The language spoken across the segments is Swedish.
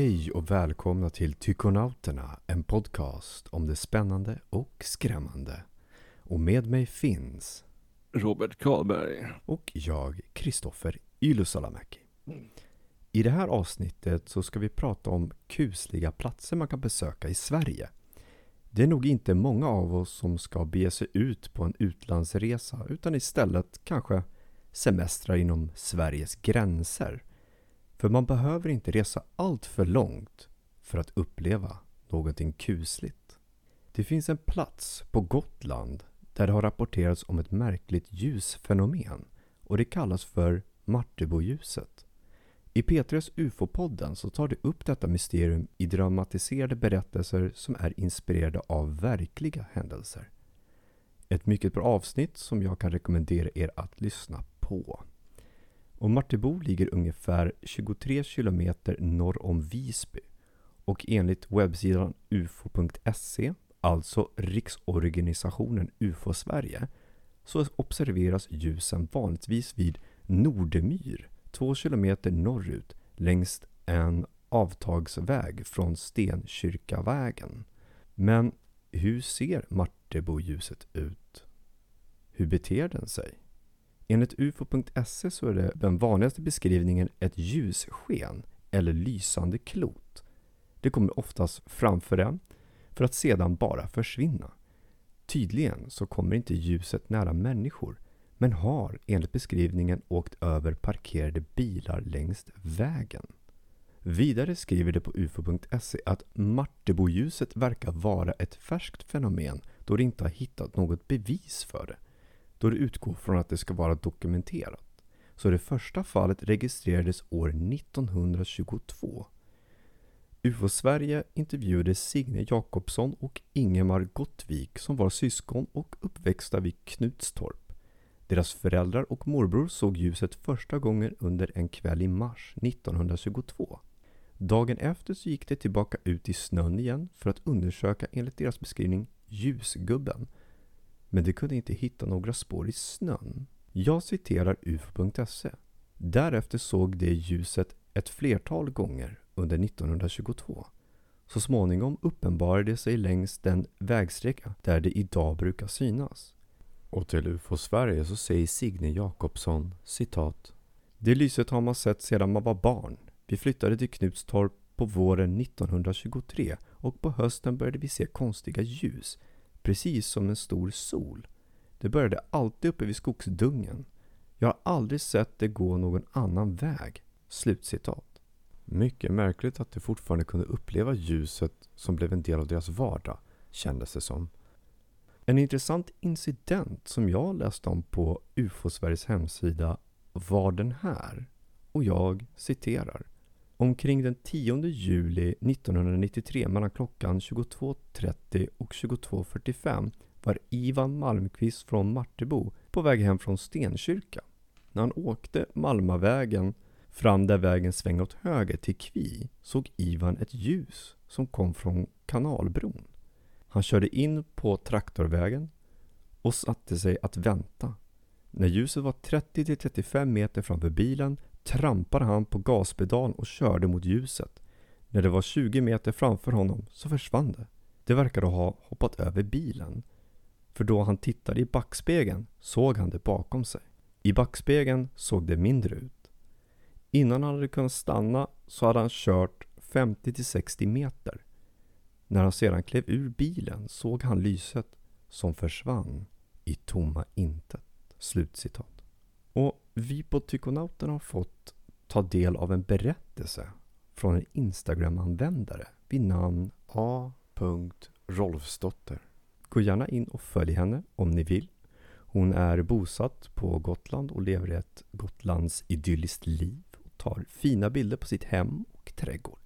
Hej och välkomna till Tykonauterna, en podcast om det spännande och skrämmande. Och med mig finns Robert Karlberg. och jag, Kristoffer Ylusalamäki. I det här avsnittet så ska vi prata om kusliga platser man kan besöka i Sverige. Det är nog inte många av oss som ska bege sig ut på en utlandsresa utan istället kanske semestrar inom Sveriges gränser. För man behöver inte resa allt för långt för att uppleva någonting kusligt. Det finns en plats på Gotland där det har rapporterats om ett märkligt ljusfenomen och det kallas för Marteboljuset. I P3s UFO-podden så tar det upp detta mysterium i dramatiserade berättelser som är inspirerade av verkliga händelser. Ett mycket bra avsnitt som jag kan rekommendera er att lyssna på. Och Martebo ligger ungefär 23 kilometer norr om Visby och enligt webbsidan ufo.se, alltså riksorganisationen UFO Sverige, så observeras ljusen vanligtvis vid Nordemyr, 2 kilometer norrut längs en avtagsväg från Stenkyrkavägen. Men hur ser Marteboljuset ut? Hur beter den sig? Enligt ufo.se så är det den vanligaste beskrivningen ett ljussken eller lysande klot. Det kommer oftast framför en för att sedan bara försvinna. Tydligen så kommer inte ljuset nära människor men har enligt beskrivningen åkt över parkerade bilar längs vägen. Vidare skriver det på ufo.se att Marteboljuset verkar vara ett färskt fenomen då det inte har hittat något bevis för det. Då det utgår från att det ska vara dokumenterat. Så det första fallet registrerades år 1922. UFO Sverige intervjuade Signe Jakobsson och Ingemar Gottvik som var syskon och uppväxta vid Knutstorp. Deras föräldrar och morbror såg ljuset första gången under en kväll i mars 1922. Dagen efter så gick det tillbaka ut i snön igen för att undersöka enligt deras beskrivning ljusgubben. Men de kunde inte hitta några spår i snön. Jag citerar ufo.se. Därefter såg de ljuset ett flertal gånger under 1922. Så småningom uppenbarade det sig längs den vägsträcka där det idag brukar synas. Och till UFO Sverige så säger Signe Jakobsson, citat: Det lyset har man sett sedan man var barn. Vi flyttade till Knutstorp på våren 1923 och på hösten började vi se konstiga ljus. Precis som en stor sol. Det började alltid uppe vid skogsdungen. Jag har aldrig sett det gå någon annan väg. Slutcitat. Mycket märkligt att de fortfarande kunde uppleva ljuset som blev en del av deras vardag, kändes det som. En intressant incident som jag läste om på UFO Sveriges hemsida var den här. Och jag citerar. Omkring den 10 juli 1993 mellan klockan 22.30 och 22.45 var Ivan Malmqvist från Martebo på väg hem från Stenkyrka. När han åkte Malmavägen fram där vägen svänger åt höger till Kvi såg Ivan ett ljus som kom från Kanalbron. Han körde in på traktorvägen och satte sig att vänta. När ljuset var 30-35 meter framför bilen trampade han på gaspedalen och körde mot ljuset. När det var 20 meter framför honom så försvann det. Det verkade ha hoppat över bilen. För då han tittade i backspegeln såg han det bakom sig. I backspegeln såg det mindre ut. Innan han hade kunnat stanna så hade han kört 50-60 meter. När han sedan klev ur bilen såg han lyset som försvann i tomma intet. Slutcitat. Och vi på Tykonauterna har fått ta del av en berättelse från en Instagram-användare vid namn A. Rolfsdotter. Gå gärna in och följ henne om ni vill. Hon är bosatt på Gotland och lever ett Gotlands idylliskt liv och tar fina bilder på sitt hem och trädgård.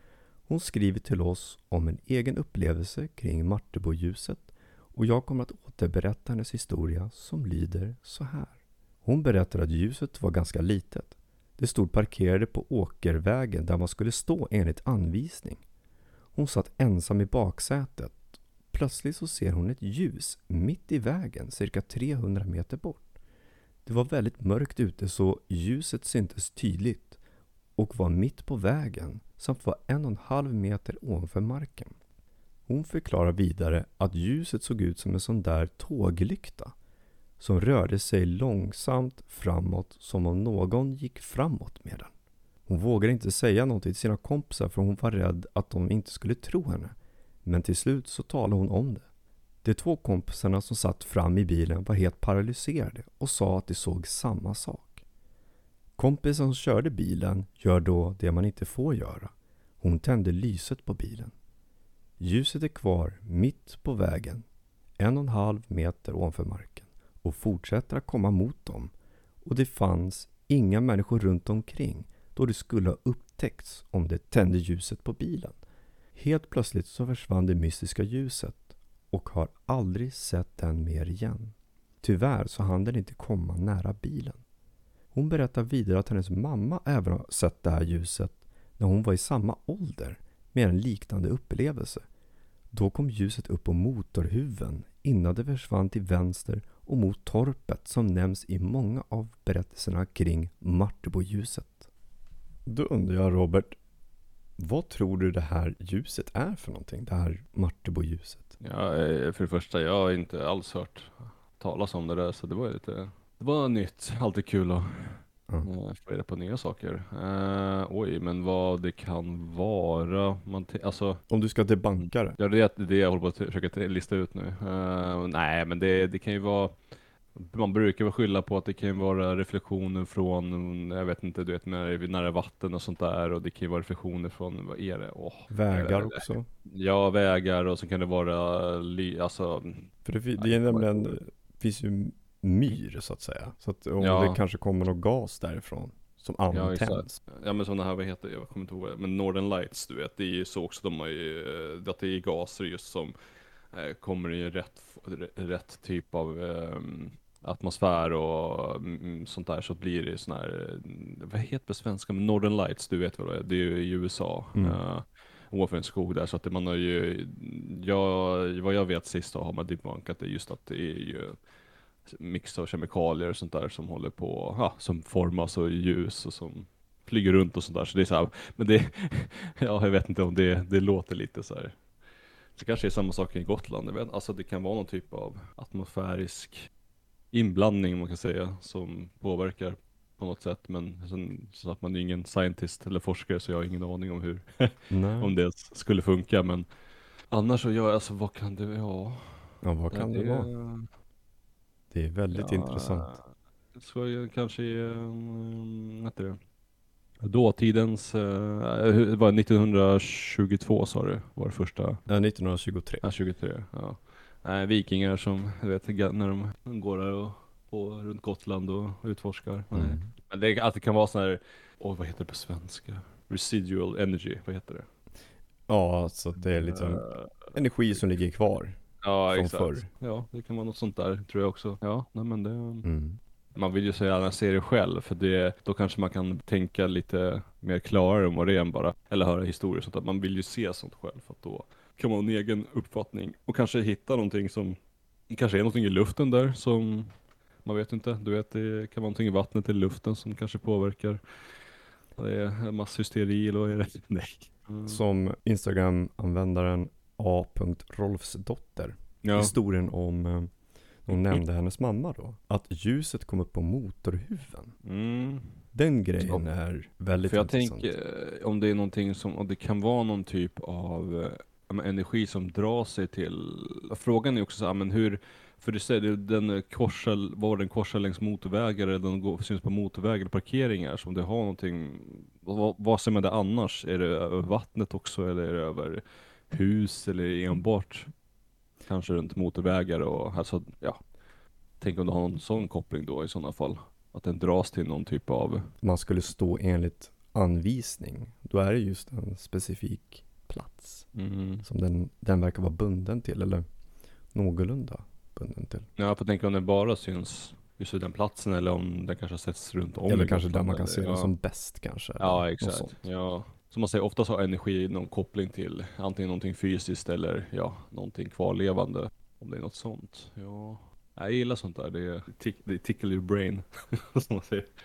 Hon skriver till oss om en egen upplevelse kring Marteboljuset och jag kommer att återberätta hennes historia som lyder så här. Hon berättar att ljuset var ganska litet. Det stod parkerade på åkervägen där man skulle stå enligt anvisning. Hon satt ensam i baksätet. Plötsligt så ser hon ett ljus mitt i vägen cirka 300 meter bort. Det var väldigt mörkt ute så ljuset syntes tydligt och var mitt på vägen samt var 1,5 meter ovanför marken. Hon förklarar vidare att ljuset såg ut som en sån där tåglykta som rörde sig långsamt framåt som om någon gick framåt med den. Hon vågade inte säga något till sina kompisar för hon var rädd att de inte skulle tro henne. Men till slut så talade hon om det. De 2 kompisarna som satt fram i bilen var helt paralyserade och sa att de såg samma sak. Kompisen som körde bilen gör då det man inte får göra. Hon tände lyset på bilen. Ljuset är kvar mitt på vägen, 1,5 meter ovanför marken och fortsätter att komma mot dem. Och det fanns inga människor runt omkring då det skulle ha upptäckts om det tände ljuset på bilen. Helt plötsligt så försvann det mystiska ljuset och har aldrig sett den mer igen. Tyvärr så hann den inte komma nära bilen. Hon berättar vidare att hennes mamma även har sett det här ljuset när hon var i samma ålder med en liknande upplevelse. Då kom ljuset upp på motorhuven innan det försvann till vänster och mot torpet som nämns i många av berättelserna kring Martebo-ljuset. Då undrar jag, Robert, vad tror du det här ljuset är för någonting? Det här Martebo-ljuset? Ja, för det första, jag har inte alls hört talas om det där, så det var lite, det var nytt, alltid kul att få reda på nya saker. Men vad det kan vara, alltså... Om du ska debanka det? Ja, det är det jag håller på att försöka lista ut nu. Nej, men det kan ju vara... Man brukar väl skylla på att det kan vara reflektioner från, jag vet inte, du vet, nära vatten och sånt där. Och det kan ju vara reflektioner från, vad är det? Vägar också? Ja, vägar, och så kan det vara, alltså... För det är nämligen, det finns ju myr så att säga. Så att om det kanske kommer något gas därifrån som antänds. Ja, men sådana här, vad heter det? Jag kommer inte ihåg. Men Northern Lights, du vet, det är ju så också, de har ju, att det är gaser just som kommer i rätt typ av atmosfär och sånt där, så blir det sån här, vad heter det på svenska, men Northern Lights, du vet vad det är ju i USA. Ovanför en skog där, så att man har ju, vad jag vet sist har man debunkat det, just att det är ju mix av kemikalier och sånt där som håller på, som formas och ljus och som flyger runt och sånt där, så det är så här, men det jag vet inte om det låter lite så här. Det kanske är samma sak i Gotland, jag vet, alltså det kan vara någon typ av atmosfärisk inblandning, man kan säga, som påverkar på något sätt, men så att man är ingen scientist eller forskare, så jag har ingen aning om hur om det skulle funka, men annars så alltså vad kan det vad kan det vara? Det är väldigt intressant. Så kanske heter det dåtidens var 1922 sa du var det första? 1923. 23, ja. Vikingar som, du vet, när de går där och runt Gotland och utforskar. Men det, att det kan vara sån här, vad heter det på svenska? Residual energy, vad heter det? Ja, alltså det är liksom energi som ligger kvar. Ja, från exakt. Förr. Ja, det kan vara något sånt där, tror jag också. Ja, nej, men det... Man vill ju så gärna se det själv, för då kanske man kan tänka lite mer klarare om vad det är än bara, eller höra historier, sånt att man vill ju se sånt själv, för att då kan man ha en egen uppfattning och kanske hitta någonting som kanske är någonting i luften där som man vet inte, du vet, det kan vara någonting i vattnet eller luften som kanske påverkar. Det är masshysteri eller vad är det? Nej. Som Instagram-användaren A.Rolfsdotter. Historien om hon nämnde hennes mamma då. Att ljuset kom upp på motorhuven. Den grejen är väldigt intressant. För jag tänker, om det är någonting om det kan vara någon typ av energi som drar sig till. Frågan är också så här, men hur, för du säger den korsar längs motorvägar, eller den syns på motorvägar eller parkeringar, som det har någonting, vad säger man det annars? Är det över vattnet också, eller är det över hus, eller enbart kanske runt motorvägar, och alltså, ja. Tänk om du har någon sån koppling då i sådana fall. Att den dras till någon typ av... Man skulle stå enligt anvisning. Då är det just en specifik plats. Som den verkar vara bunden till. Eller någorlunda bunden till. Ja, för tänk om den bara syns just i den platsen. Eller om den kanske sätts runt om. Eller kanske där man kan se det som bäst kanske. Ja, exakt. Ja. Som man säger, oftast har energi någon koppling till antingen någonting fysiskt eller någonting kvarlevande. Om det är något sånt. Ja... Jag gillar sånt där, det tickle your brain, som man säger.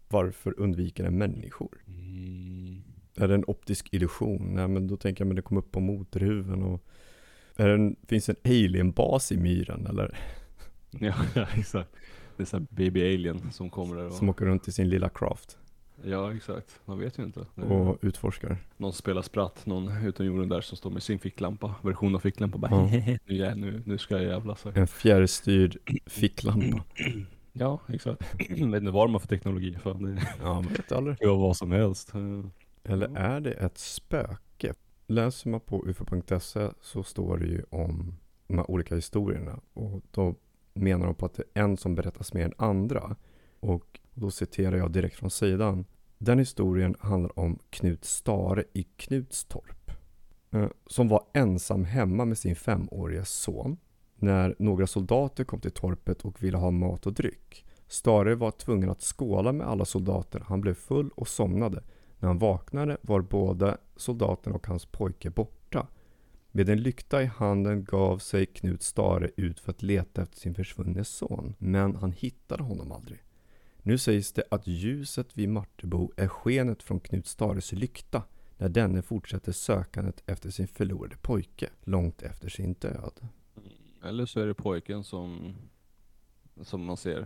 Varför undviker den människor? Är det en optisk illusion? Nej, men då tänker jag, men det kommer upp på motorhuven och finns det en alienbas i myren eller? Ja, exakt. Det är så här baby alien som kommer där Som åker runt i sin lilla craft Ja, exakt. Man vet ju inte. och utforskar. Någon spelar spratt, någon utom jorden där som står med sin ficklampa. Version av ficklampa. Bara, nu ska jag jävlas. En fjärrstyrd ficklampa. Ja, exakt. Jag vet inte vad de har för teknologi. Fan. Det Ja, man vet aldrig. kan vara vad som helst. Eller är det ett spöke? Läser man på ufo.se så står det ju om de här olika historierna. Och då menar de på att det är en som berättas mer än andra. Och då citerar jag direkt från sidan. Den historien handlar om Knut Stare i Knutstorp. Som var ensam hemma med sin 5-åriga son. När några soldater kom till torpet och ville ha mat och dryck. Stare var tvungen att skåla med alla soldater. Han blev full och somnade. När han vaknade var båda soldaterna och hans pojke borta. Med en lykta i handen gav sig Knut Stare ut för att leta efter sin försvunne son. Men han hittade honom aldrig. Nu sägs det att ljuset vid Martebo är skenet från Knut Stares lykta. När denne fortsätter sökandet efter sin förlorade pojke. Långt efter sin död. Eller så är det pojken som man ser.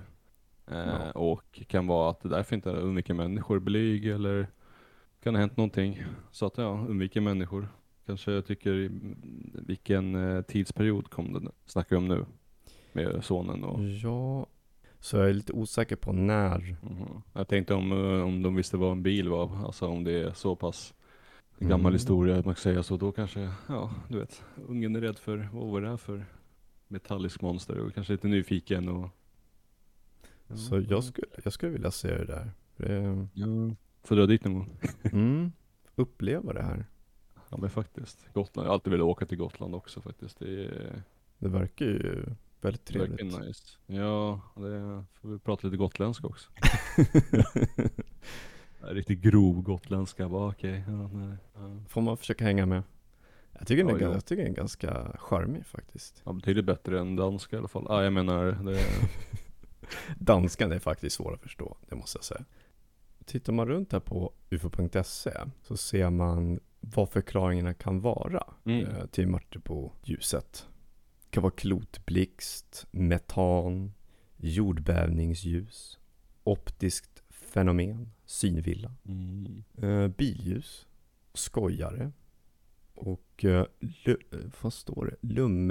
Och kan vara att det därför inte undviker människor blyg eller kan ha hänt någonting. Så att undviker människor. Kanske jag tycker vilken tidsperiod kom det snackar vi om nu med sonen och Ja, så jag är lite osäker på när. Jag tänkte om de visste vad en bil var, alltså om det är så pass gammal historia att man kan säga så, då kanske, du vet, ungen är rädd för, vad var det här för metallisk monster och kanske lite nyfiken och så jag skulle vilja se det där. Får dra dit någon gång. Uppleva det här. Ja men faktiskt, Gotland, jag har alltid velat åka till Gotland också faktiskt. Det verkar ju väldigt trevligt. Det verkar nice. Ja, det får vi prata lite gotländska också. Riktigt grov gotländska, bara okej. Får man försöka hänga med. Jag tycker den är ganska charmig faktiskt. Ja, betydligt bättre än danska i alla fall. Jag menar det. Danskan är faktiskt svår att förstå, det måste jag säga. Tittar man runt här på ufo.se så ser man vad förklaringarna kan vara till Martebo-ljuset. Det kan vara klotblixt, metan, jordbävningsljus, optiskt fenomen, synvilla, billjus, skojare och vad står det?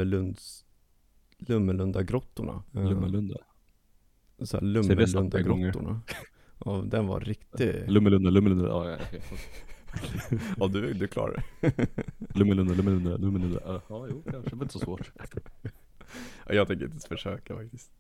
Lummelunda-grottorna. Lummelunda. Så här Lummelunda-grottorna. Ja, den var riktig. Lummelunda. Ja, okej. Ja, du klarar det. Lummelunda. Ja, jo, kanske inte så svårt. Ja, jag tänker inte försöka faktiskt.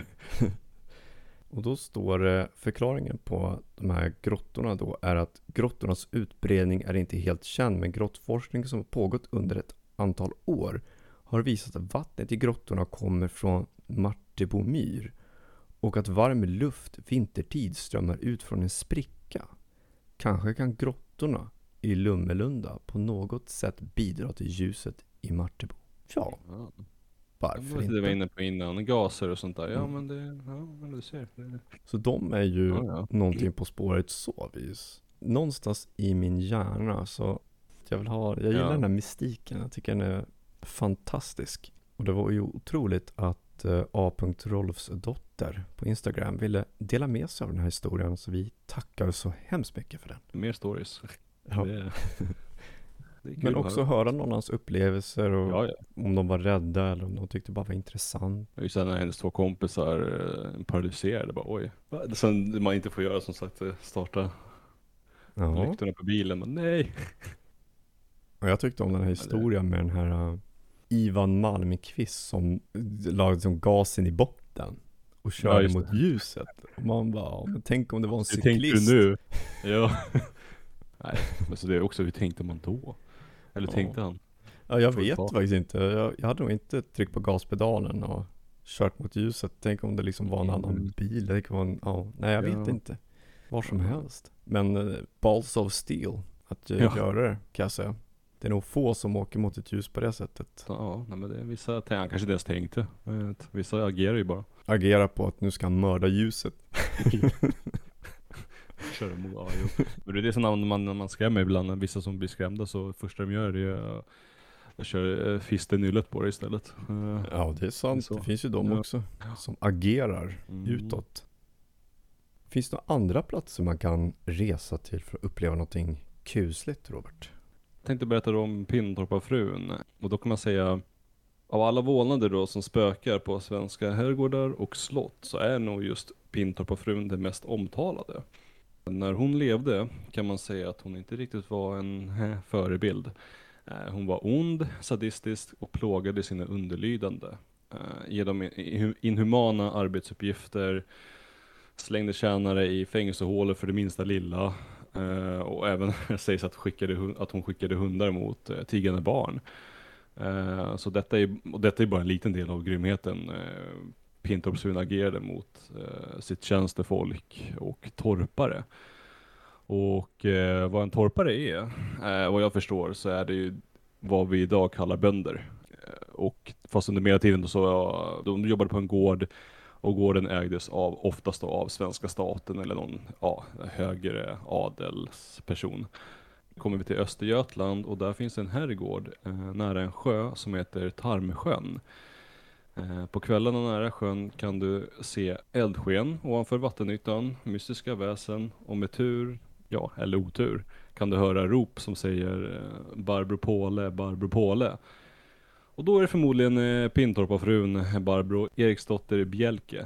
Och då står det, förklaringen på de här grottorna då är att grottornas utbredning är inte helt känd, men grottforskning som har pågått under ett antal år har visat att vattnet i grottorna kommer från Martebo myr och att varm luft vintertid strömmar ut från en spricka. Kanske kan grottorna i Lummelunda på något sätt bidra till ljuset i Martebo. Ja, varför inte? Det var inne på innan, gaser och sånt där. Ja, men du ser. Så de är ju någonting på spåret så vis. Någonstans i min hjärna så jag gillar den här mystiken. Jag tycker den är fantastisk. Och det var ju otroligt att A. Rolfs dotter på Instagram ville dela med sig av den här historien, så vi tackar så hemskt mycket för den. Mer stories. Ja. Det är men också höra någon hans upplevelser och om de var rädda eller om de tyckte bara var intressant. Jag sen när hennes 2 kompisar paralyserade, bara oj. Sen man inte får göra som sagt, starta lyktorna på bilen, men nej. Och jag tyckte om den här historien med den här Ivan Malmqvist som lagade som gasen i botten och körde mot ljuset. Och man bara, men tänk om det var en cyklist. Tänkte du nu? Ja. Nej, men så det är också, hur tänkte man då? Eller tänkte han? Ja, jag vet faktiskt inte. Jag hade nog inte tryckt på gaspedalen och kört mot ljuset. Tänk om det liksom var en annan bil. Det kan vara jag vet inte. Var som helst. Men balls of steel att göra det, kan jag säga. Det är nog få som åker mot ett ljus på det sättet. Ja, men det är vissa, han kanske inte ens tänkte. Vissa agerar ju bara. Agera på att nu ska han mörda ljuset. Köra mot, ja, jo. Men det är det som när man skrämmer ibland, vissa som blir skrämda, så första de gör är att köra fist i nyllet på det istället. Ja, det är sant. så. Det finns ju de Ja. också som agerar utåt. Finns det några andra platser man kan resa till för att uppleva någonting kusligt, Robert? Jag tänkte berätta om Pintorpafrun. Och då kan man säga, av alla vålnader då som spökar på svenska herrgårdar och slott, så är nog just Pintorpafrun det mest omtalade. När hon levde kan man säga att hon inte riktigt var en förebild. Hon var ond, sadistisk och plågade sina underlydande. Ge dem inhumana arbetsuppgifter, slängde tjänare i fängelsehålor för det minsta lilla. Och även sägs att hon skickade hundar mot tiggande barn. Så detta är bara en liten del av grymheten. Pintorpsfrun agerade mot sitt tjänstefolk och torpare. Och vad en torpare är, vad jag förstår, så är det ju vad vi idag kallar bönder. Och fast under medeltiden så de jobbade på en gård, och gården ägdes oftast då av svenska staten eller någon högre adelsperson. Kommer vi till Östergötland, och där finns en herrgård nära en sjö som heter Tarmsjön. På kvällarna nära sjön kan du se eldsken ovanför vattenytan, mystiska väsen, och med tur, eller otur, kan du höra rop som säger Barbro Påle, Barbro Påle. Och då är det förmodligen Pintorpafrun Barbro Eriksdotter Bjelke,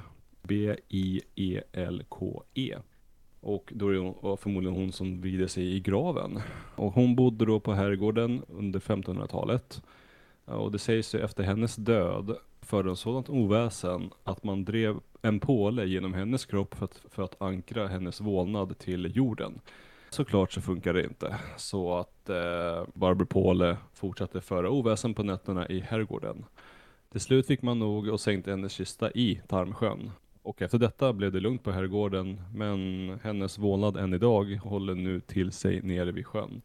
Bielke. Och då är det förmodligen hon som vrider sig i graven. Och hon bodde då på herrgården under 1500-talet. Och det sägs ju efter hennes död för en sådant oväsen att man drev en påle genom hennes kropp för att ankra hennes vålnad till jorden. Såklart så funkar det inte. Så att Barbro Påle fortsatte föra oväsen på nätterna i herrgården. Till slut fick man nog och sänkte hennes kista i Tarmsjön. Och efter detta blev det lugnt på herrgården, men hennes vålnad än idag håller nu till sig nere vid sjön.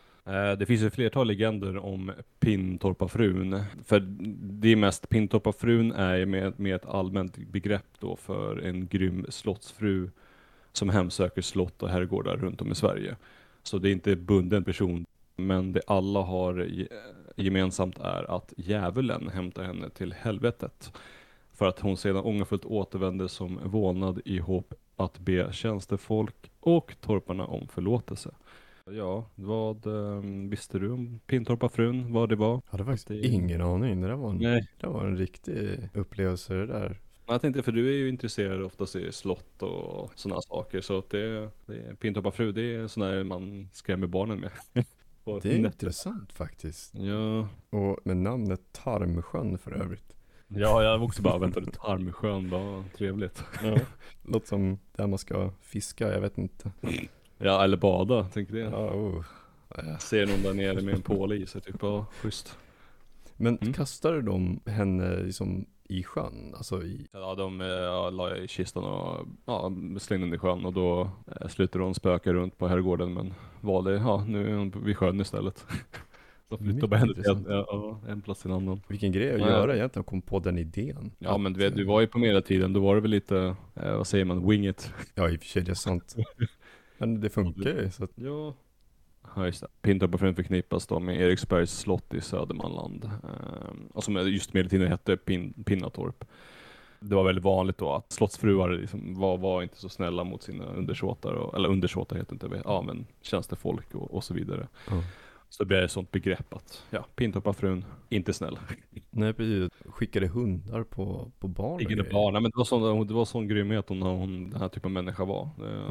Det finns ett flertal legender om Pintorpafrun. För det är mest, Pintorpafrun är med ett allmänt begrepp då för en grym slottsfru som hemsöker slott och herrgårdar runt om i Sverige. Så det är inte bunden person, men det alla har gemensamt är att djävulen hämtar henne till helvetet. För att hon sedan ångerfullt återvänder som vålnad i hopp att be tjänstefolk och torparna om förlåtelse. Ja, vad visste du om Pintorpafrun, vad det var? Jag hade faktiskt ingen aning. Det var en riktig upplevelse det där. Jag tänkte, för du är ju intresserad oftast i slott och sådana saker, så att Pintorpafru, det är sådana där man skrämmer barnen med. Det är intressant faktiskt. Ja. Och med namnet Tarmsjön för övrigt. Ja, jag var också bara väntade, Tarmsjön, vad trevligt. Ja. Låter som där man ska fiska, jag vet inte. Ja, eller bada, tänker det. Ja, Ser någon där nere med en påle i sig, typ, schysst. Men kastade de henne liksom i sjön? Alltså Ja, de la i kistan och slängde den i sjön, och då slutade de spöka runt på herrgården, men valde, nu är hon vid sjön istället. Så flyttade på henne till en plats till en annan. Vilken grej att göra egentligen, att komma på den idén. Ja, men du vet, du var ju på medeltiden, då var det väl lite, vad säger man, wing it. Ja, i och för sig, det är sant. Men det funkar ju, så att... Ja. Ja, just det. Pintorpafrun förknippas då med Eriksbergs slott i Södermanland. Och som just medeltiden hette Pinnatorp. Det var väldigt vanligt då att slottsfruar liksom var inte så snälla mot sina undersåtar. Eller undersåtar heter inte, men tjänstefolk och så vidare. Så det blev ett sånt begrepp att, Pintorpafrun, inte snäll. Nej, precis. Skickade hundar på barn. Skickade barn, men det var sån grymhet hon den här typen av människa var.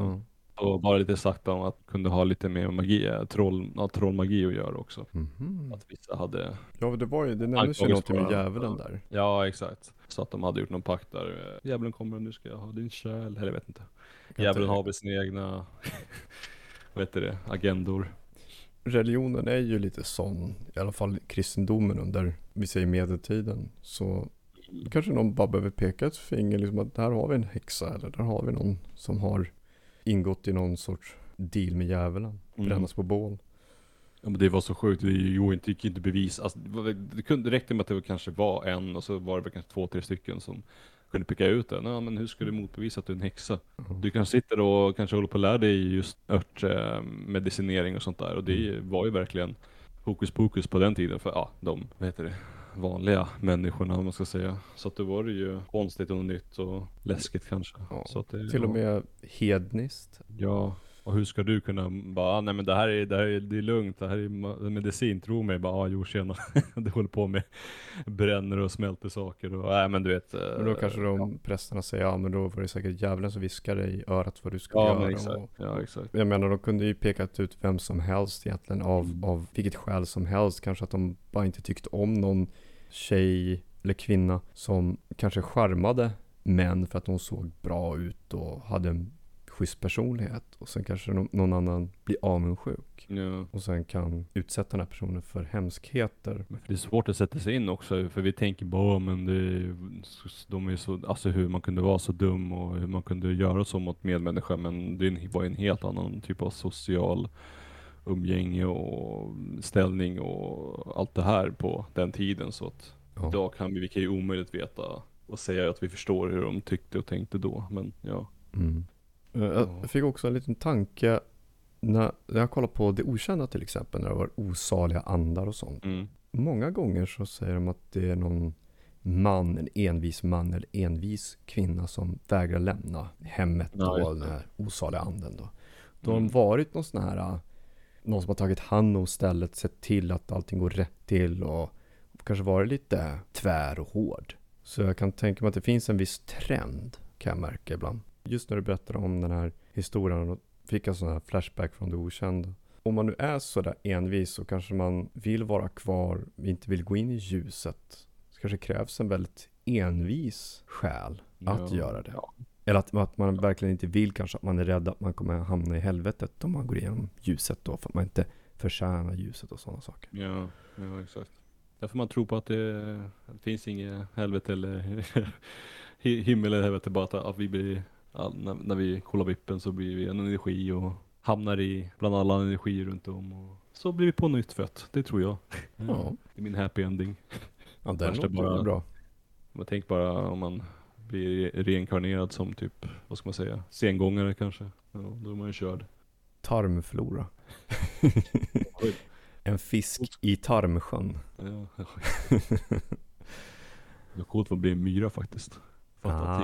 Och bara lite sagt om att kunde ha lite mer magi, trollmagi att göra också. Att vissa hade... Ja, det nämndes ju något med djävulen där. Ja, exakt. Så att de hade gjort någon pakt där. Djävulen kommer, nu ska jag ha din själ. Eller jag vet inte. Djävulen har väl sina egna agendor. Religionen är ju lite sån, i alla fall kristendomen under, vi säger medeltiden. Så kanske någon bara behöver peka ett finger, liksom att där har vi en häxa, eller där har vi någon som har ingått i någon sorts deal med djävulen. Brännas på bål. Ja, men det var så sjukt. Det gick inte bevis. Alltså, det räckte med att det kanske var en, och så var det kanske 2-3 stycken som kunde peka ut den. Ja, men hur ska du motbevisa att du är en häxa? Du kan sitta och kanske hålla på att lära dig just örtmedicinering och sånt där. Och det var ju verkligen hokus pokus på den tiden för de, vad heter det, vanliga människorna om man ska säga. Så att det var det ju konstigt och nytt och läskigt kanske. Ja, Så att det, till och med hedniskt. Ja, och hur ska du kunna bara, nej men det är lugnt, det här är medicin, tro mig, bara, jo tjena, det håller på med bränner och smälter saker och, nej men du vet. Men då kanske prästerna säger, ja men då var det säkert djävulen som viskade i örat vad du skulle ja, göra. Men exakt. Ja, exakt. Jag menar, de kunde ju pekat ut vem som helst egentligen av vilket skäl som helst. Kanske att de bara inte tyckte om någon tjej eller kvinna som kanske charmade män för att de såg bra ut och hade en schysst personlighet. Och sen kanske någon annan blir avundsjuk. Ja. Och sen kan utsätta den här personen för hemskheter. Men för det är svårt att sätta sig in också, för vi tänker bara, men de är så, alltså hur man kunde vara så dum och hur man kunde göra så mot medmänniskor, men det var en helt annan typ av social umgänge och ställning och allt det här på den tiden, så att idag kan vi kan ju omöjligt veta och säga att vi förstår hur de tyckte och tänkte då, men ja. Jag fick också en liten tanke när jag kollar på Det okända till exempel, när det var osaliga andar och sånt. Många gånger så säger de att det är någon man, en envis man eller envis kvinna som vägrar lämna hemmet då, den här osaliga anden då. Då har de varit någon sån här, någon som har tagit hand om stället, sett till att allting går rätt till och kanske varit lite tvär och hård. Så jag kan tänka mig att det finns en viss trend, kan jag märka ibland. Just när du berättar om den här historien, då fick jag sån här flashback från Det okända. Om man nu är så där envis så kanske man vill vara kvar, inte vill gå in i ljuset. Så kanske krävs en väldigt envis själ att göra det. Ja. Eller att man verkligen inte vill, kanske att man är rädd att man kommer hamna i helvetet om man går igenom ljuset då, för att man inte förtjänar ljuset och sådana saker. Ja, exakt. Därför man tror på att det finns inget helvete eller himmel eller helvete, bara att vi blir, när vi kollar vippen så blir vi en energi och hamnar i bland alla energier runt om och så blir vi på nytt fött. Det tror jag. Ja. Det är min happy ending. Ja, det är bara bra. Man tänker bara om man blir reinkarnerad som typ, vad ska man säga, sengångare kanske. Ja, då är man ju körd. Tarmflora. En fisk i tarmsjön. Ja. Det är coolt att bli en myra faktiskt. Fatta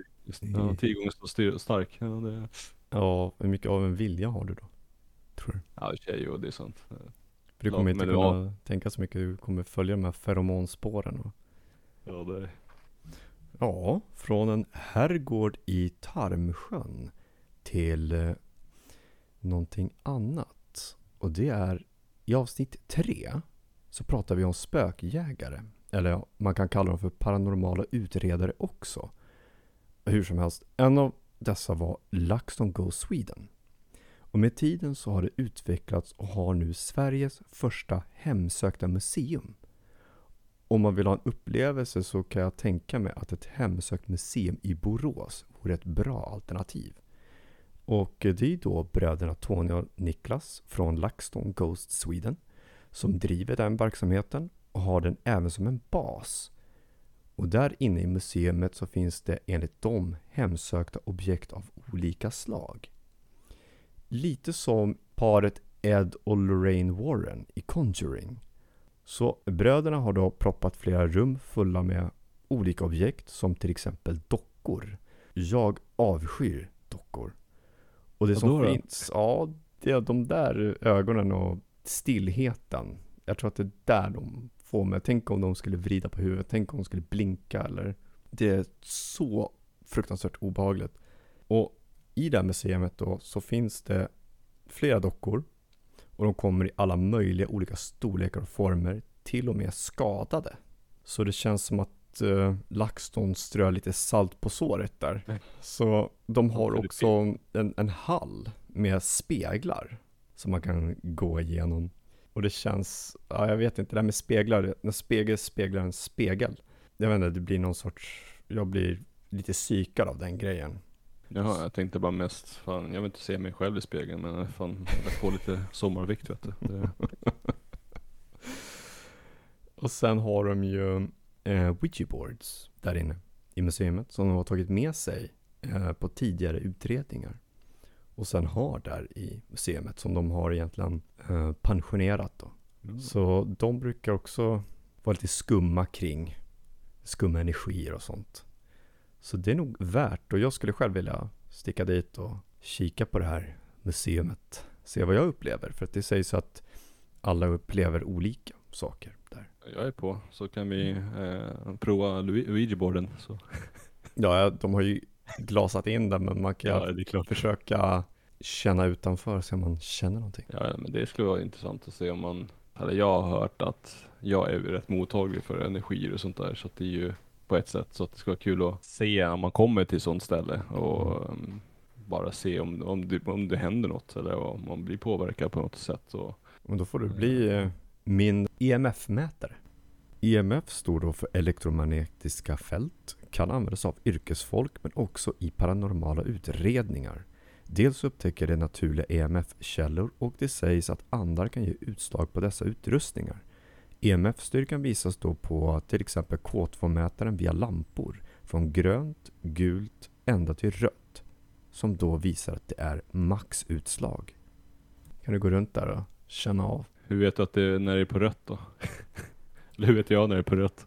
10 gånger så stark. Ja, hur mycket av en vilja har du då? Tror du? Ja, tjej, och det är sant. För du kommer inte kunna tänka så mycket. Du kommer följa de här feromonspåren. Och... Ja, det är... Ja, från en herrgård i Tarmsjön till någonting annat. Och det är i avsnitt 3 så pratar vi om spökjägare. Eller man kan kalla dem för paranormala utredare också. Hur som helst, en av dessa var LaxTon Go Sweden. Och med tiden så har det utvecklats och har nu Sveriges första hemsökta museum. Om man vill ha en upplevelse så kan jag tänka mig att ett hemsökt museum i Borås vore ett bra alternativ. Och det är då bröderna Tony och Niklas från LaxTon Ghost Sweden som driver den verksamheten och har den även som en bas. Och där inne i museet så finns det enligt dem hemsökta objekt av olika slag. Lite som paret Ed och Lorraine Warren i Conjuring. Så bröderna har då proppat flera rum fulla med olika objekt som till exempel dockor. Jag avskyr dockor. Och det som finns, ja, det är de där ögonen och stillheten. Jag tror att det är där de får mig. Tänk om de skulle vrida på huvudet. Tänk om de skulle blinka. Eller... Det är så fruktansvärt obehagligt. Och i det här museet då så finns det flera dockor. Och de kommer i alla möjliga olika storlekar och former. Till och med skadade. Så det känns som att LaxTon strör lite salt på såret där. Så de har också en hall med speglar. Som man kan gå igenom. Och det känns, ja, jag vet inte, det där med speglar, när spegel speglar en spegel. Jag vet inte, det blir någon sorts, jag blir lite psykad av den grejen. Jaha, jag tänkte bara mest, fan, jag vill inte se mig själv i spegeln, men fan, jag får lite sommarvikt, vet du. Det... Och sen har de ju Ouija boards där inne. i museet som de har tagit med sig på tidigare utredningar. Och sen har där i museet som de har egentligen pensionerat då. Så de brukar också vara lite skumma kring skumma energier och sånt. Så det är nog värt, och jag skulle själv vilja sticka dit och kika på det här museet. Se vad jag upplever, för att det sägs att alla upplever olika saker där. Jag är på, så kan vi prova Ouija-boarden. Så. Ja, de har ju glasat in den, men man kan det är klart. försöka känna utanför så man känner någonting. Ja, men det skulle vara intressant att se om man, eller jag har hört att jag är rätt mottaglig för energier och sånt där, så att det är ju på ett sätt så att det ska vara kul att se om man kommer till sånt ställe och bara se om det händer något eller om man blir påverkad på något sätt. Och då får du bli min EMF-mätare. EMF står då för elektromagnetiska fält, kan användas av yrkesfolk men också i paranormala utredningar. Dels upptäcker det naturliga EMF-källor och det sägs att andar kan ge utslag på dessa utrustningar. EMF-styrkan visas då på till exempel K2-mätaren via lampor från grönt, gult ända till rött, som då visar att det är maxutslag. Kan du gå runt där och känna av? Hur vet du att det är när det är på rött då? Eller hur vet jag när det är på rött?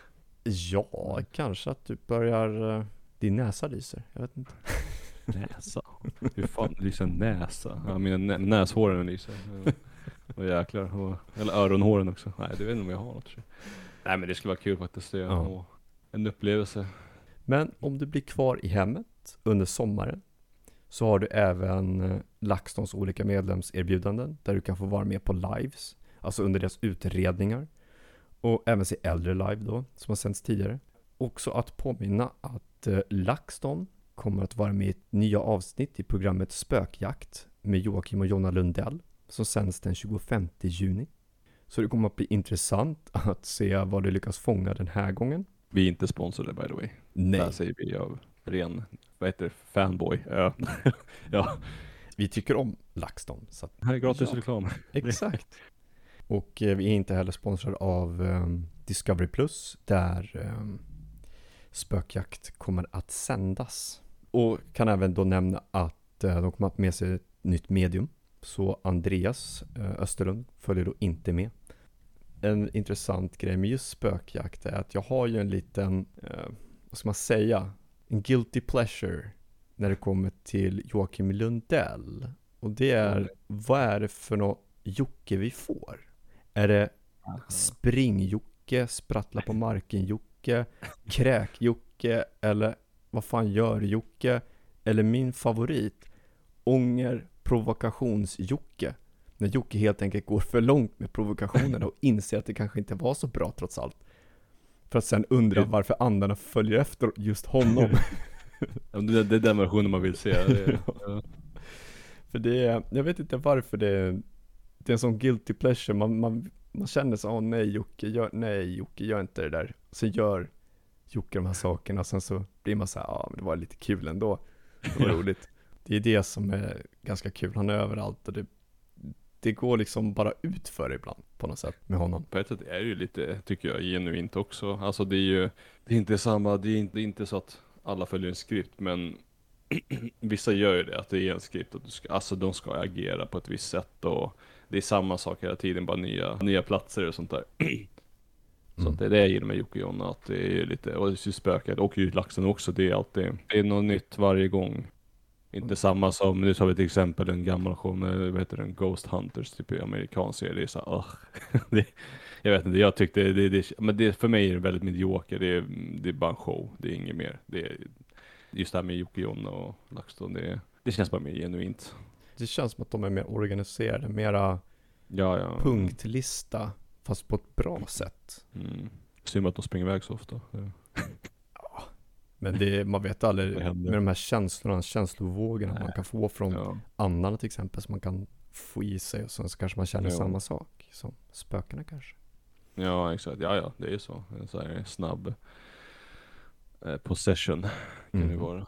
Ja, kanske att du börjar... din näsa lyser, jag vet inte. Näsa? Hur fan lyser en näsa? Ja, mina näshåren lyser. Och jäklar. Eller öronhåren också. Nej, det vet inte om jag har något. Nej, men det skulle vara kul faktiskt. Ja. En upplevelse. Men om du blir kvar i hemmet under sommaren så har du även LaxTons olika medlemserbjudanden där du kan få vara med på lives, alltså under deras utredningar, och även se äldre live då som har sänds tidigare. Också att påminna att LaxTon kommer att vara med i ett nya avsnitt i programmet Spökjakt med Joakim och Jonna Lundell som sänds den 25 juni. Så det kommer att bli intressant att se vad du lyckas fånga den här gången. Vi är inte sponsrade by the way. Nej. Där säger vi av ren, fanboy. Ja. Vi tycker om LaxTon. Så att, här är gratis reklam. Exakt. Och vi är inte heller sponsrade av Discovery Plus där Spökjakt kommer att sändas. Och kan även då nämna att de kommer att med sig ett nytt medium. Så Andreas Österlund följer då inte med. En intressant grej med just Spökjakt är att jag har ju en liten, vad ska man säga, en guilty pleasure när det kommer till Joakim Lundell. Och det är, vad är det för något Jocke vi får? Är det spring-Jocke, sprattla på marken-Jocke, kräk-Jocke, eller vad fan gör Jocke? Eller min favorit, ånger-provokations-Jocke. När Jocke helt enkelt går för långt med provokationerna och inser att det kanske inte var så bra trots allt. För att sen undra varför andarna följer efter just honom. Det är den versionen man vill se. För det är, jag vet inte varför det är en sån guilty pleasure. Man känner så, nej Jocke, gör inte det där. Så gör Jocke de här sakerna och sen så blir man så här, men det var lite kul ändå. Det var roligt. Det är det som är ganska kul. Han är överallt och det går liksom bara ut för ibland på något sätt med honom. På ett sätt är det ju lite, tycker jag, genuint också. Alltså det är inte samma, det är inte så att alla följer en skript, men vissa gör ju det, att det är en skript att de ska agera på ett visst sätt och det är samma sak hela tiden, bara nya platser och sånt där. Så att det är det jag gillar med Jocke och Jonna, att det är lite, och det är spöket och ju laxen också, det är något nytt varje gång. Inte samma som, nu tar vi till exempel en gammal show med, vad heter den, Ghost Hunters, typ i amerikansk serie, det är så jag vet inte, jag tyckte men det för mig är det väldigt medioker, det är bara en show, det är inget mer. Det är just det här med Jocke, Jonna och LaxTon, det känns bara mer genuint. Det känns som att de är mer organiserade, mera punktlista, fast på ett bra sätt. Synd att de springer iväg så ofta. Ja, men man vet aldrig med de här känslorna, känslovågorna man kan få från andarna till exempel, som man kan få i sig och så kanske man känner samma sak som spökena kanske. Ja, exakt. Ja, det är så. En så här snabb possession kan det vara.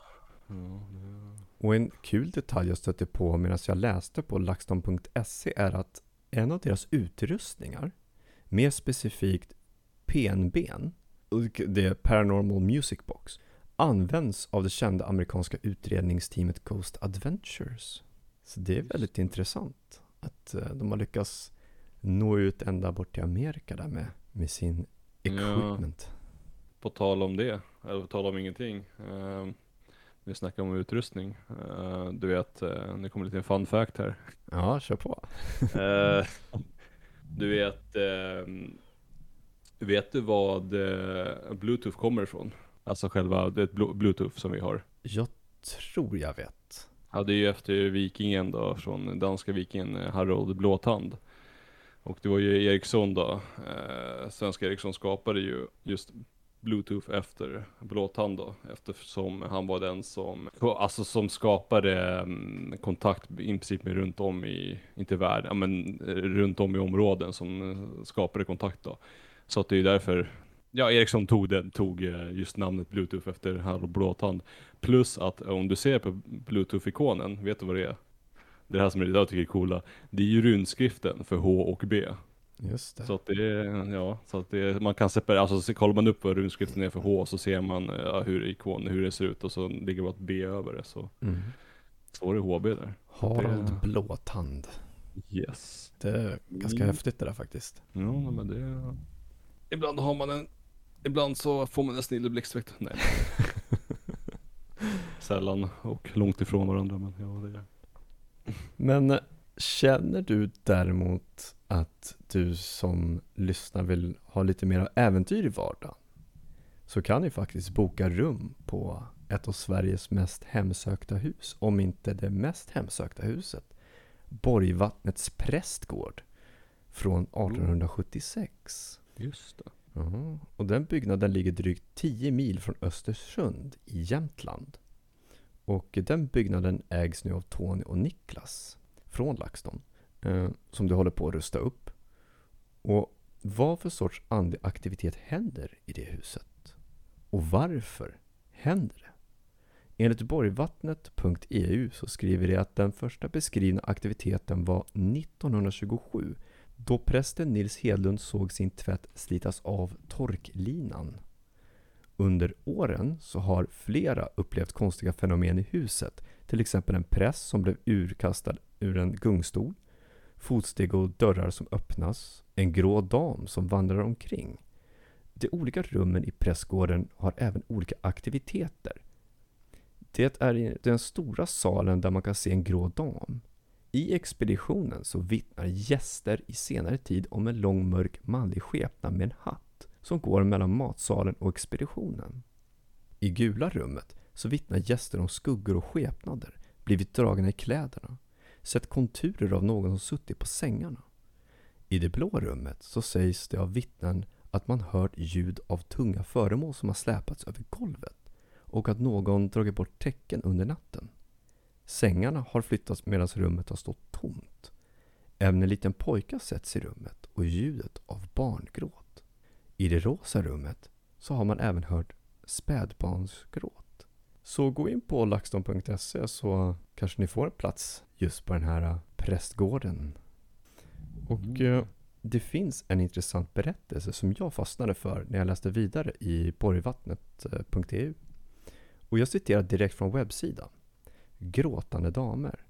Och en kul detalj jag stötte på medan jag läste på laxton.se är att en av deras utrustningar, mer specifikt PNB:n, Och det Paranormal Music Box används av det kända amerikanska utredningsteamet Ghost Adventures. Så det är väldigt intressant att de har lyckats nå ut ända bort till Amerika där med sin equipment. Ja, på tal om det, eller på tal om ingenting. Vi snackar om utrustning. Du vet, det kommer lite en fun fact här. Ja, kör på. Du vet du vad Bluetooth kommer ifrån? Alltså själva det Bluetooth som vi har. Jag tror jag vet. Ja, det är ju efter vikingen då, från danska vikingen Harold Blåtand. Och det var ju Ericsson då, svenska Ericsson skapade ju just Bluetooth efter Blåtand då, eftersom han var den som skapade kontakt i princip med runt om i, inte världen, men runt om i områden som skapade kontakt då. Så att det är ju därför, ja, Ericsson tog just namnet Bluetooth efter Harold Blåtand. Plus att om du ser på Bluetooth-ikonen, vet du vad det är? Det här som jag tycker är coola, det är ju rundskriften för H och B. Just det. Så att det är, ja, så att det, man kan separera, alltså så kollar man upp vad runskriften är för H, så ser man hur det ser ut, och så ligger det bara ett B över det, så står det HB där. Harald Blåtand. Yes. Det är ganska häftigt det där faktiskt. Ja, men det, ibland så får man en snilleblixtväkt. Nej. Sällan och långt ifrån varandra, men ja, det är. Men känner du däremot att du som lyssnar vill ha lite mer äventyr i vardagen, så kan ni faktiskt boka rum på ett av Sveriges mest hemsökta hus, om inte det mest hemsökta huset, Borgvattnets prästgård från 1876. Just det. Och den byggnaden ligger drygt 10 mil från Östersund i Jämtland. Och den byggnaden ägs nu av Tony och Niklas från LaxTon, som de håller på att rusta upp. Och vad för sorts andlig aktivitet händer i det huset? Och varför händer det? Enligt borgvattnet.eu så skriver det att den första beskrivna aktiviteten var 1927, då prästen Nils Hedlund såg sin tvätt slitas av torklinan. Under åren så har flera upplevt konstiga fenomen i huset, till exempel en präst som blev urkastad ur en gungstol, fotsteg och dörrar som öppnas, en grå dam som vandrar omkring. De olika rummen i prästgården har även olika aktiviteter. Det är i den stora salen där man kan se en grå dam. I expeditionen så vittnar gäster i senare tid om en lång mörk manlig skepnad med en hatt som går mellan matsalen och expeditionen. I gula rummet så vittnar gäster om skuggor och skepnader, blivit dragna i kläderna, sett konturer av någon som suttit på sängarna. I det blå rummet så sägs det av vittnen att man hört ljud av tunga föremål som har släpats över golvet och att någon dragit bort täcken under natten. Sängarna har flyttats medan rummet har stått tomt. Även en liten pojke sätts i rummet och ljudet av barngråt. I det rosa rummet så har man även hört spädbarnsgråt. Så gå in på laxton.se så kanske ni får en plats just på den här prästgården. Och det finns en intressant berättelse som jag fastnade för när jag läste vidare i borgvattnet.eu. Och jag citerar direkt från webbsidan. Gråtande damer.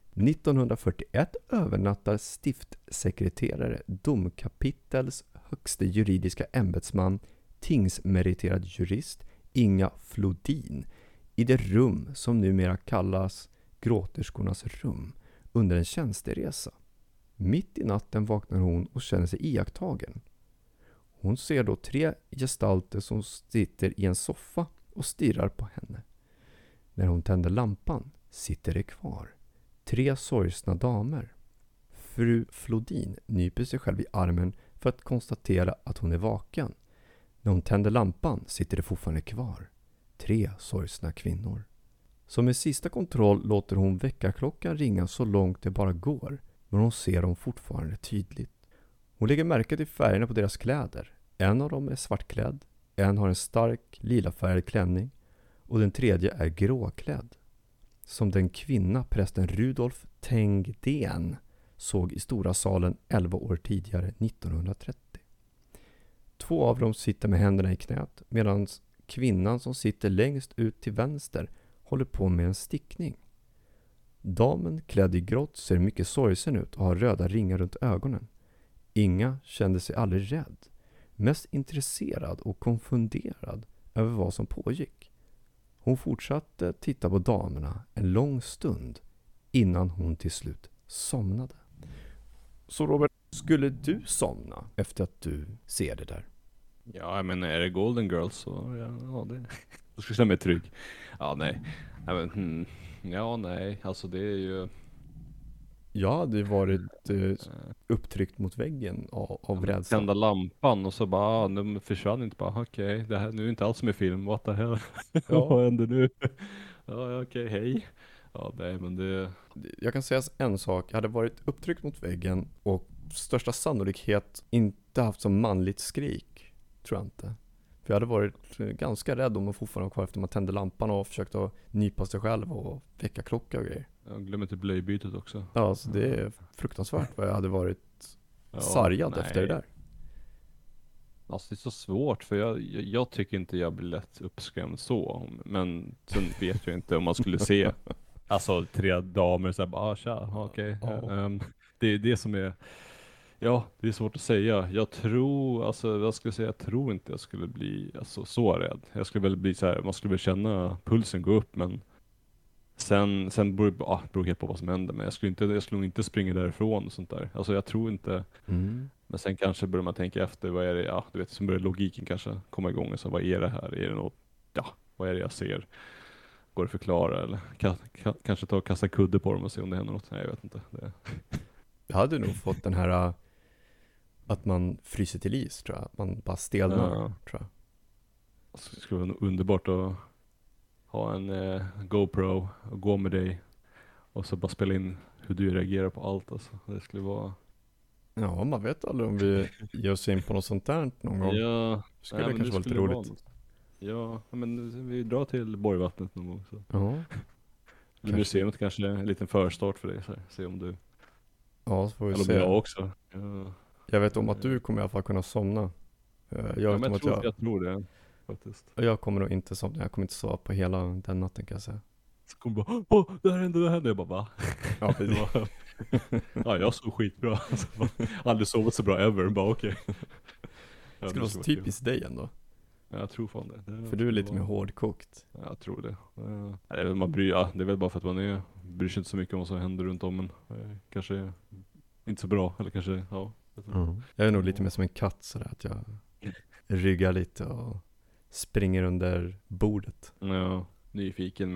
1941 övernattar stiftsekreterare, domkapitels högste juridiska ämbetsman, tingsmeriterad jurist Inga Flodin i det rum som numera kallas gråterskornas rum under en tjänsteresa. Mitt i natten vaknar hon och känner sig iakttagen. Hon ser då 3 gestalter som sitter i en soffa och stirrar på henne. När hon tänder lampan sitter det kvar 3 sorgsna damer. Fru Flodin nyper sig själv i armen för att konstatera att hon är vaken. När hon tänder lampan sitter det fortfarande kvar 3 sorgsna kvinnor. Som en sista kontroll låter hon väckarklockan ringa så långt det bara går, men hon ser dem fortfarande tydligt. Hon lägger märke till färgerna på deras kläder. En av dem är svartklädd, en har en stark lilafärgad klänning och den tredje är gråklädd. Som den kvinna prästen Rudolf Tengden såg i stora salen 11 år tidigare, 1930. 2 av dem sitter med händerna i knät medan kvinnan som sitter längst ut till vänster håller på med en stickning. Damen klädd i grått ser mycket sorgsen ut och har röda ringar runt ögonen. Inga kände sig aldrig rädd, mest intresserad och konfunderad över vad som pågick. Hon fortsatte titta på damerna en lång stund innan hon till slut somnade. Så Robert, skulle du somna efter att du ser det där? Ja, jag menar, är det Golden Girls så ja det. Då ska jag känna mig trygg. Ja, nej. Ja, men, ja, nej. Alltså det är ju... Jag hade ju varit upptryckt mot väggen av rädsla. Tända lampan och så bara, nu försvann inte bara, okej, det här nu är inte alls som i film, what the hell? Ja. Vad händer nu? Ja, okej, hej. Ja, nej, men det... Jag kan säga en sak, jag hade varit upptryckt mot väggen och största sannolikhet inte haft som manligt skrik, tror jag inte. För jag hade varit ganska rädd om man fortfarande var kvar efter man tände lampan och försökte att nypa sig själv och väcka klocka och grejer. Jag glömmer inte blöjbytet också. Ja, så det är fruktansvärt vad jag hade varit sargad efter det där. Alltså det är så svårt för jag tycker inte jag blir lätt uppskrämd så. Men sen vet jag inte om man skulle se alltså 3 damer så här bara, tja, okej. Det är det som är, ja, det är svårt att säga. Jag tror, alltså vad ska jag säga, jag tror inte jag skulle bli alltså, så rädd. Jag skulle väl bli så här, man skulle väl känna pulsen gå upp, men sen beror helt på vad som händer. Men jag skulle nog inte springa därifrån och sånt där. Alltså jag tror inte. Men sen kanske börjar man tänka efter, vad är det, ja du vet, så börjar logiken kanske komma igång. Så vad är det här? Är det något, ja, vad är det jag ser? Går det att förklara? Eller kanske ta och kasta kudde på dem och se om det händer något? Nej, jag vet inte. Jag hade nog fått den här att man fryser till is, tror jag. Man bara stelnar, tror jag. Alltså, det skulle vara underbart att ha en GoPro och gå med dig och så bara spela in hur du reagerar på allt. Alltså. Det skulle vara... Ja, man vet aldrig om vi ger oss in på något sånt där någon gång. Ja, skulle det kanske vara lite roligt. Ja, men vi drar till Borgvattnet någon gång. Så. Ja. Museet kanske är en liten förstart för dig. Så här. Se om du... Ja, så får vi eller se. jag också. Ja. Jag vet om att du kommer i alla fall kunna somna. Jag tror det faktiskt. Jag kommer nog inte somna. Jag kommer inte sova på hela den natten, kan jag säga. Så kommer bara, det här hände. Jag bara, va? Ja, precis. Ja, jag sov skitbra. Aldrig sovit så bra ever. Bara okej. Det skulle vara så typiskt dig ändå. Ja, jag tror fan det. För du är lite mer hårdkokt. Ja, jag tror det. Det är väl bara för att man bryr sig inte så mycket om vad som händer runt om en. Kanske inte så bra. Eller kanske, ja. Jag är nog lite mer som en katt sådär. Att jag ryggar lite och springer under bordet. Ja, nyfiken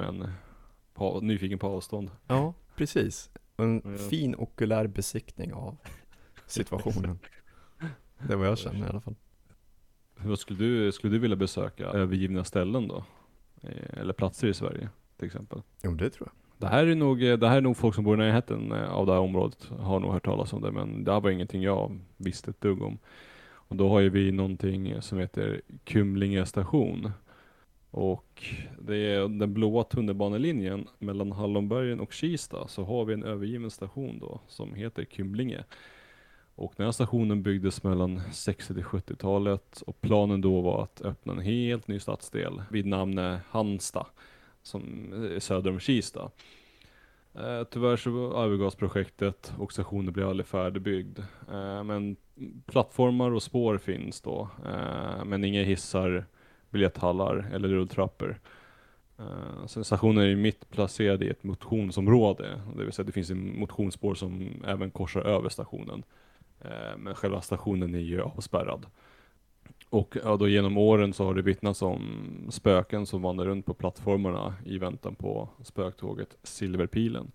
på avstånd. Ja, precis. En fin okulär besiktning av situationen. Det är vad jag känner i alla fall. Vad skulle du vilja besöka? Övergivna ställen då? Eller platser i Sverige till exempel? Jo, det tror jag. Det här är nog folk som bor i närheten av det här området har nog hört talas om det, men det här var ingenting jag visste ett dugg om. Och då har ju vi någonting som heter Kymlinge station. Och det är den blåa tunnelbanelinjen mellan Hallonbergen och Kista, så har vi en övergiven station då som heter Kymlinge. Och den här stationen byggdes mellan 60- till 70-talet och planen då var att öppna en helt ny stadsdel vid namn Hansta som är söder om Kista. Tyvärr så övergavs projektet och stationen blev aldrig färdigbyggd. Men plattformar och spår finns då, men inga hissar, biljetthallar eller rulltrappor. Så stationen är mitt placerad i ett motionsområde, det vill säga det finns en motionsspår som även korsar över stationen. Men själva stationen är ju avspärrad. Och ja, då genom åren så har det vittnats om spöken som vandrar runt på plattformarna i väntan på spöktåget Silverpilen.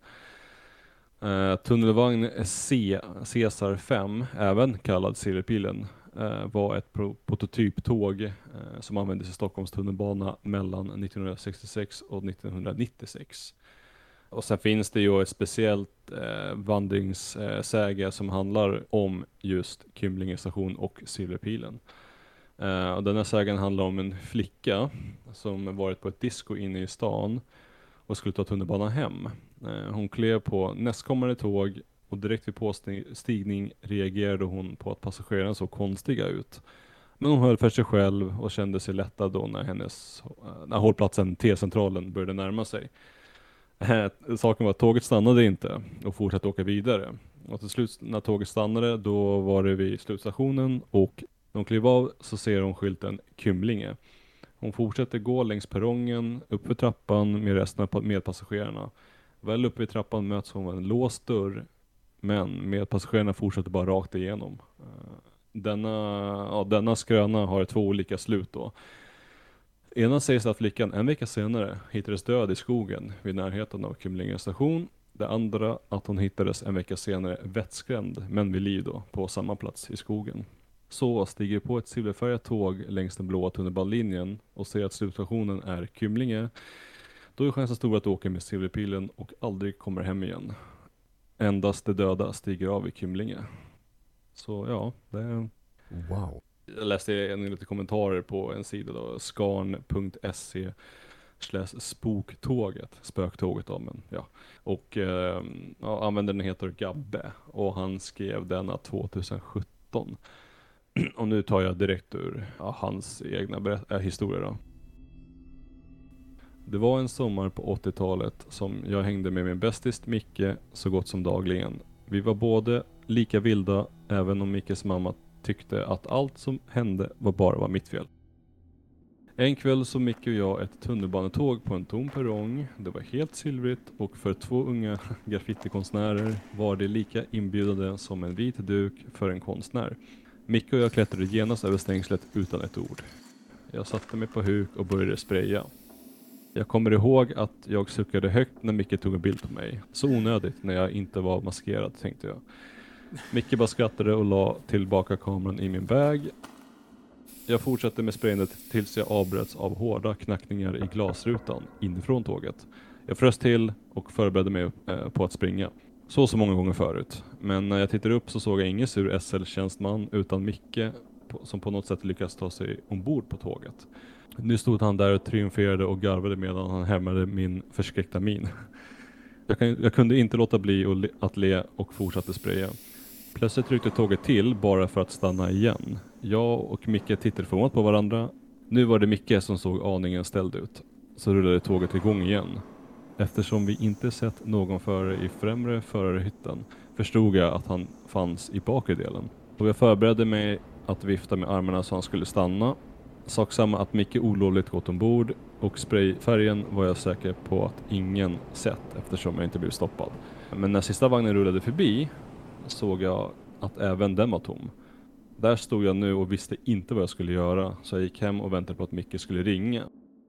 Tunnelvagn Cesar 5, även kallad Silverpilen, var ett prototyptåg som användes i Stockholms tunnelbana mellan 1966 och 1996. Och sen finns det ju ett speciellt vandringssäge som handlar om just Kymlinge station och Silverpilen. Och den här sägen handlar om en flicka som varit på ett disco inne i stan och skulle ta tunnelbanan hem. Hon klev på nästkommande tåg och direkt vid påstigning reagerade hon på att passagerarna såg konstiga ut. Men hon höll för sig själv och kände sig lättad då när hållplatsen T-centralen började närma sig. Saken var att tåget stannade inte och fortsatte åka vidare. Och till slut när tåget stannade, då var det vid slutstationen och när hon klev av så ser hon skylten Kymlinge. Hon fortsätter gå längs perrongen, upp för trappan med resten av medpassagerarna. Väl uppe i trappan möts hon av en låst dörr, men medpassagerarna fortsätter bara rakt igenom. Denna skröna har 2 olika slut då. Ena sägs att flickan en vecka senare hittades död i skogen vid närheten av Kymlinge station. Det andra att hon hittades en vecka senare vettskrämd, men vid liv då, på samma plats i skogen. Så stiger på ett silverfärgat tåg längs den blåa tunnelbanelinjen och ser att slutstationen är Kymlinge. Då är chansen stor att du åker med silverpilen och aldrig kommer hem igen. Endast de döda stiger av i Kymlinge. Så ja, det... Wow. Jag läste lite kommentarer på en sida då, skarn.se/spoktåget, spöktåget då, men ja. Och användaren heter Gabbe och han skrev denna 2017. Och nu tar jag direkt ur hans egna historia då. Det var en sommar på 80-talet som jag hängde med min bästis Micke så gott som dagligen. Vi var både lika vilda, även om Mickes mamma tyckte att allt som hände var mitt fel. En kväll så Micke och jag ett tunnelbanetåg på en tom perrong. Det var helt silvrigt och för 2 unga graffitikonstnärer var det lika inbjudande som en vit duk för en konstnär. Micke och jag klättrade genast över stängslet utan ett ord. Jag satte mig på huk och började spraya. Jag kommer ihåg att jag suckade högt när Micke tog en bild på mig. Så onödigt när jag inte var maskerad, tänkte jag. Micke bara skrattade och la tillbaka kameran i min bag. Jag fortsatte med sprayandet tills jag avbröts av hårda knackningar i glasrutan inifrån tåget. Jag frös till och förberedde mig på att springa. Så många gånger förut. Men när jag tittade upp så såg jag ingen sur SL-tjänstman utan Micke som på något sätt lyckats ta sig ombord på tåget. Nu stod han där och triumferade och garvade medan han hämmade min förskräckta min. Jag kunde inte låta bli att le och fortsatte spraya. Plötsligt ryckte tåget till bara för att stanna igen. Jag och Micke tittade förvånat på varandra. Nu var det Micke som såg aningen ställd ut. Så rullade tåget igång igen. Eftersom vi inte sett någon förare i främre förarhytten förstod jag att han fanns i bakre delen. Och jag förberedde mig att vifta med armarna så han skulle stanna. Sak samma att Micke olovligt gått ombord och sprayfärgen var jag säker på att ingen sett eftersom jag inte blev stoppad. Men när sista vagnen rullade förbi såg jag att även den var tom. Där stod jag nu och visste inte vad jag skulle göra så jag gick hem och väntade på att Micke skulle ringa.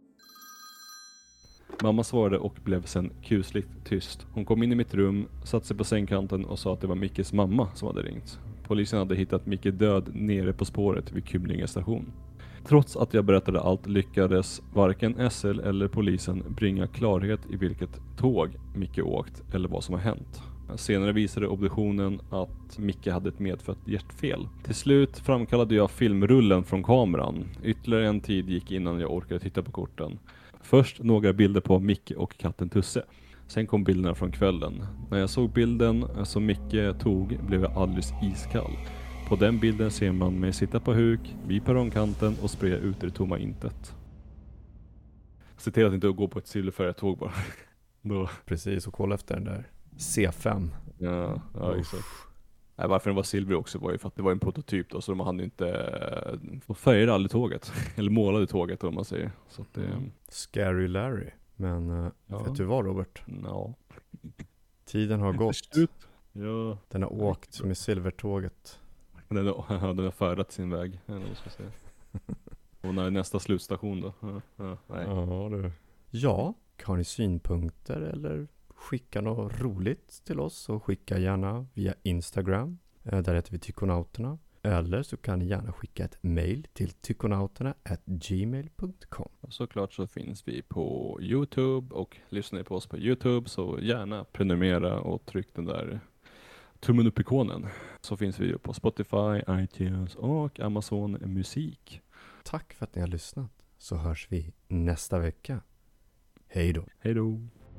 Mamma svarade och blev sen kusligt tyst. Hon kom in i mitt rum, satte sig på sängkanten och sa att det var Mickes mamma som hade ringt. Polisen hade hittat Micke död nere på spåret vid Kymlinge station. Trots att jag berättade allt lyckades varken SL eller polisen bringa klarhet i vilket tåg Micke åkt eller vad som har hänt. Senare visade obduktionen att Micke hade ett medfött hjärtfel. Till slut framkallade jag filmrullen från kameran. Ytterligare en tid gick innan jag orkade titta på korten. Först några bilder på Micke och katten Tusse. Sen kom bilderna från kvällen. När jag såg bilden som Micke tog blev jag alldeles iskall. På den bilden ser man mig sitta på huk vid perrongkanten och spraya ut i det tomma intet. Se till att inte gå på ett silverfärgat tåg bara. Då. Precis, och kolla efter den där C5. Ja, exakt. Nej, varför den var silvrig också var ju för att det var en prototyp då, så de hade inte färgade aldrig tåget. Eller målade tåget om man säger. Så att det... Scary Larry. Men vet du vad, Robert? Ja. Tiden har gått. Ja. Den har åkt med silvertåget. Den har färdat sin väg. Eller vad ska jag säga. Och när är nästa slutstation då? Nej. Ja, du. Ja, har ni synpunkter eller skicka något roligt till oss så skicka gärna via Instagram. Där heter vi Tykonauterna. Eller så kan ni gärna skicka ett mail till tykonauterna@gmail.com. Såklart så finns vi på YouTube och lyssnar ni på oss på YouTube så gärna prenumerera och tryck den där tummen upp-ikonen. Så finns vi på Spotify, iTunes och Amazon Musik. Tack för att ni har lyssnat. Så hörs vi nästa vecka. Hej då. Hej då.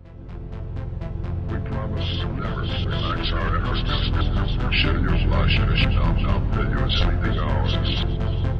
We promise to never relax our efforts. Share your flash and now, that you are sleeping hours.